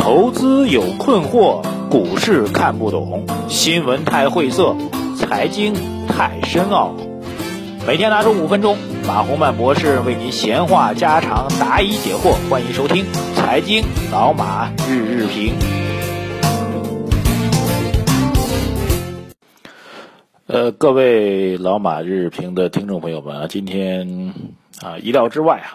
投资有困惑，股市看不懂，新闻太晦涩，财经太深奥。每天拿出5分钟，马洪曼博士为您闲话家常，答疑解惑。欢迎收听财经老马日日评。各位老马日评的听众朋友们啊，今天意料之外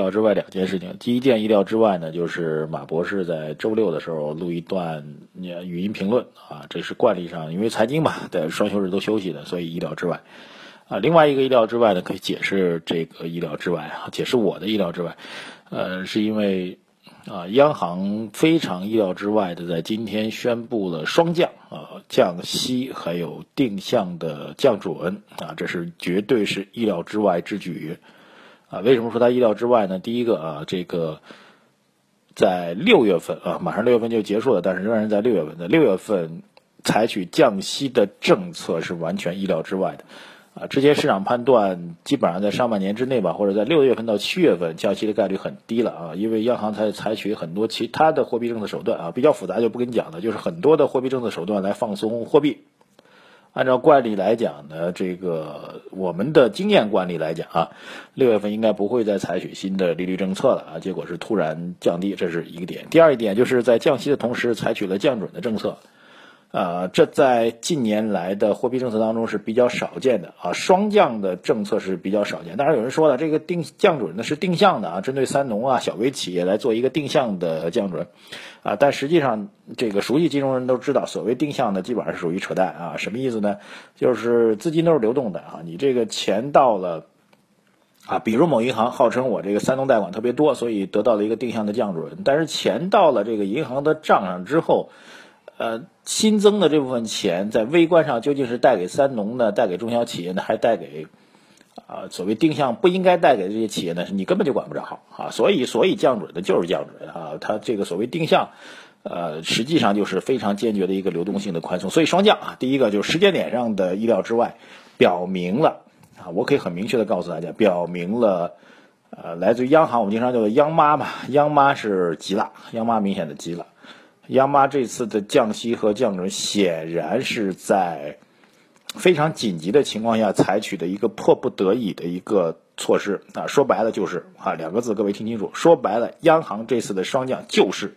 2件事情。第一件意料之外呢，就是马博士在周六的时候录一段语音评论啊，这是惯例上，因为财经嘛，在双休日都休息的，所以意料之外。另外一个意料之外呢，可以解释这个意料之外解释我的意料之外，是因为央行非常意料之外的在今天宣布了双降降息还有定向的降准这是绝对是意料之外之举为什么说它意料之外呢？第一个这个在6月份马上6月份就结束了，但是仍然在6月份采取降息的政策是完全意料之外的。之前市场判断基本上在上半年之内吧，或者在6月份到7月份降息的概率很低了因为央行采取很多其他的货币政策手段比较复杂就不跟你讲了，就是很多的货币政策手段来放松货币。按照惯例来讲呢，这个我们的经验惯例来讲6月份应该不会再采取新的利率政策了结果是突然降低，这是一个点。第二一点就是在降息的同时采取了降准的政策。这在近年来的货币政策当中是比较少见的双降的政策是比较少见。当然有人说了，这个降准呢是定向的针对三农小微企业来做一个定向的降准但实际上这个熟悉金融人都知道，所谓定向的基本上是属于扯淡什么意思呢？就是资金都是流动的你这个钱到了比如某银行号称我这个三农贷款特别多，所以得到了一个定向的降准，但是钱到了这个银行的账上之后新增的这部分钱在微观上究竟是带给三农呢，带给中小企业呢，还带给所谓定向不应该带给这些企业呢，你根本就管不着所以降准的就是降准它这个所谓定向实际上就是非常坚决的一个流动性的宽松。所以双降第一个就是时间点上的意料之外，表明了我可以很明确的告诉大家，表明了来自于央行，我们经常叫做央妈嘛，央妈是急了，央妈明显的急了。央妈这次的降息和降准显然是在非常紧急的情况下采取的一个迫不得已的一个措施说白了就是2个字，各位听清楚，说白了央行这次的双降就是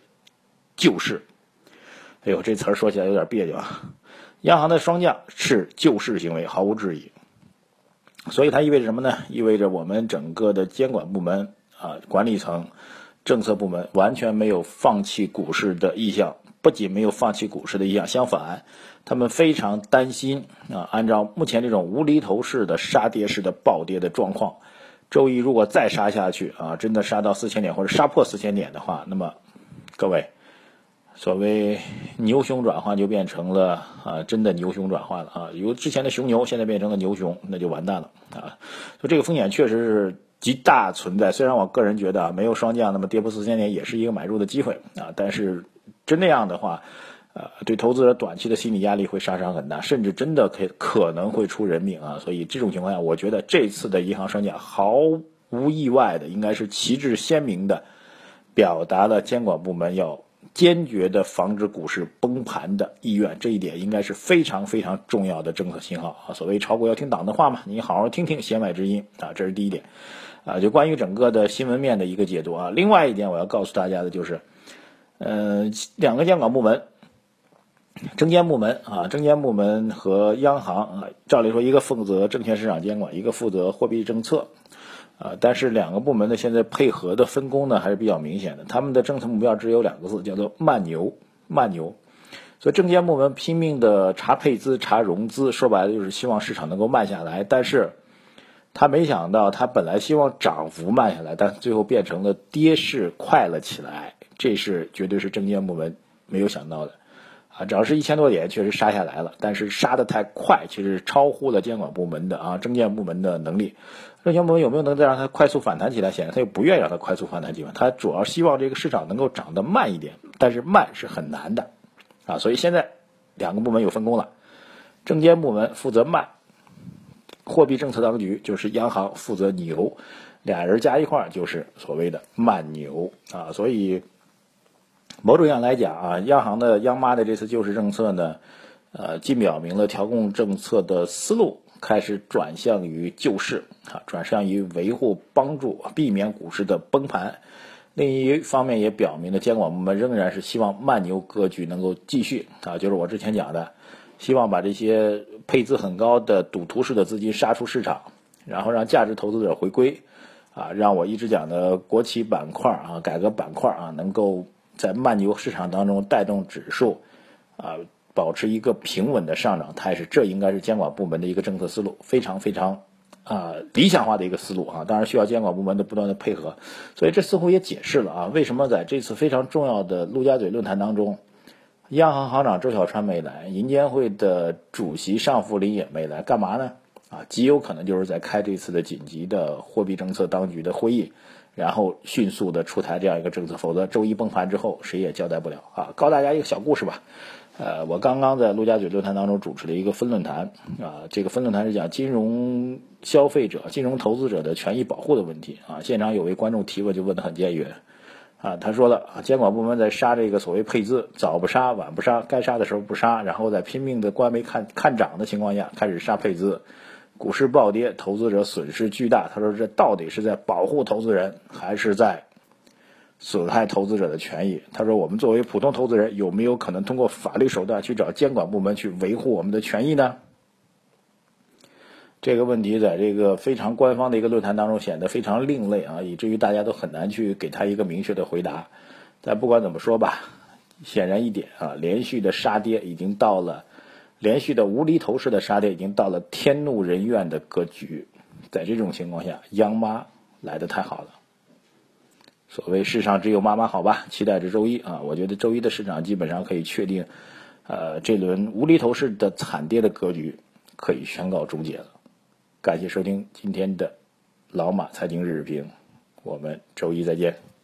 哎呦，这词儿说起来有点别扭央行的双降是救市行为，毫无质疑。所以它意味着什么呢？意味着我们整个的监管部门管理层政策部门完全没有放弃股市的意向，不仅没有放弃股市的意向，相反他们非常担心按照目前这种无厘头式的杀跌式的暴跌的状况，周一如果再杀下去真的杀到4000点或者杀破4000点的话，那么各位所谓牛熊转换就变成了真的牛熊转换了由之前的熊牛现在变成了牛熊，那就完蛋了所以这个风险确实是极大存在。虽然我个人觉得没有双降，那么跌破4000点也是一个买入的机会但是真那样的话对投资者短期的心理压力会杀伤很大，甚至真的可能会出人命所以这种情况下，我觉得这次的银行双降毫无意外的应该是旗帜鲜明的表达了监管部门要坚决的防止股市崩盘的意愿，这一点应该是非常非常重要的政策信号所谓炒股要听党的话嘛，你好好听听弦外之音这是第一点就关于整个的新闻面的一个解读另外一点我要告诉大家的就是两个监管部门，证监部门和央行照理说一个负责证券市场监管，一个负责货币政策但是两个部门的现在配合的分工呢还是比较明显的，他们的政策目标只有2个字，叫做慢牛。所以证监部门拼命的查配资查融资，说白了就是希望市场能够慢下来，但是他没想到他本来希望涨幅慢下来，但最后变成了跌势快了起来，这是绝对是证监部门没有想到的只要是1000多点确实杀下来了，但是杀得太快，其实超乎了监管部门的证监部门的能力。证监部门有没有能再让它快速反弹起来？显然他又不愿意让它快速反弹起来，他主要希望这个市场能够涨得慢一点，但是慢是很难的所以现在2个部门有分工了，证监部门负责慢，货币政策当局就是央行负责牛，俩人加一块就是所谓的慢牛所以某种意义上来讲啊，央妈的这次救市政策呢，既表明了调控政策的思路开始转向于救市转向于维护、帮助、避免股市的崩盘。另一方面也表明了监管部门仍然是希望慢牛格局能够继续就是我之前讲的，希望把这些配资很高的赌徒式的资金杀出市场，然后让价值投资者回归让我一直讲的国企板块改革板块能够在慢牛市场当中带动指数保持一个平稳的上涨态势，这应该是监管部门的一个政策思路，非常非常理想化的一个思路当然需要监管部门的不断的配合。所以这似乎也解释了为什么在这次非常重要的陆家嘴论坛当中，央行行长周小川没来，银监会的主席尚福林也没来，干嘛呢？极有可能就是在开这次的紧急的货币政策当局的会议，然后迅速的出台这样一个政策，否则周一崩盘之后谁也交代不了告大家一个小故事吧。我刚刚在陆家嘴论坛当中主持了一个分论坛这个分论坛是讲金融消费者、金融投资者的权益保护的问题现场有位观众提问就问得很坚决他说了监管部门在杀这个所谓配资，早不杀晚不杀，该杀的时候不杀，然后在拼命的官媒看涨的情况下开始杀配资，股市暴跌，投资者损失巨大。他说这到底是在保护投资人还是在损害投资者的权益？他说我们作为普通投资人有没有可能通过法律手段去找监管部门去维护我们的权益呢？这个问题在这个非常官方的一个论坛当中显得非常另类以至于大家都很难去给他一个明确的回答。但不管怎么说吧，显然一点连续的杀跌已经到了，连续的无厘头式的杀跌已经到了天怒人怨的格局。在这种情况下，央妈来得太好了。所谓世上只有妈妈好吧，期待着周一我觉得周一的市场基本上可以确定这轮无厘头式的惨跌的格局可以宣告终结了。感谢收听今天的老马财经日评，我们周一再见。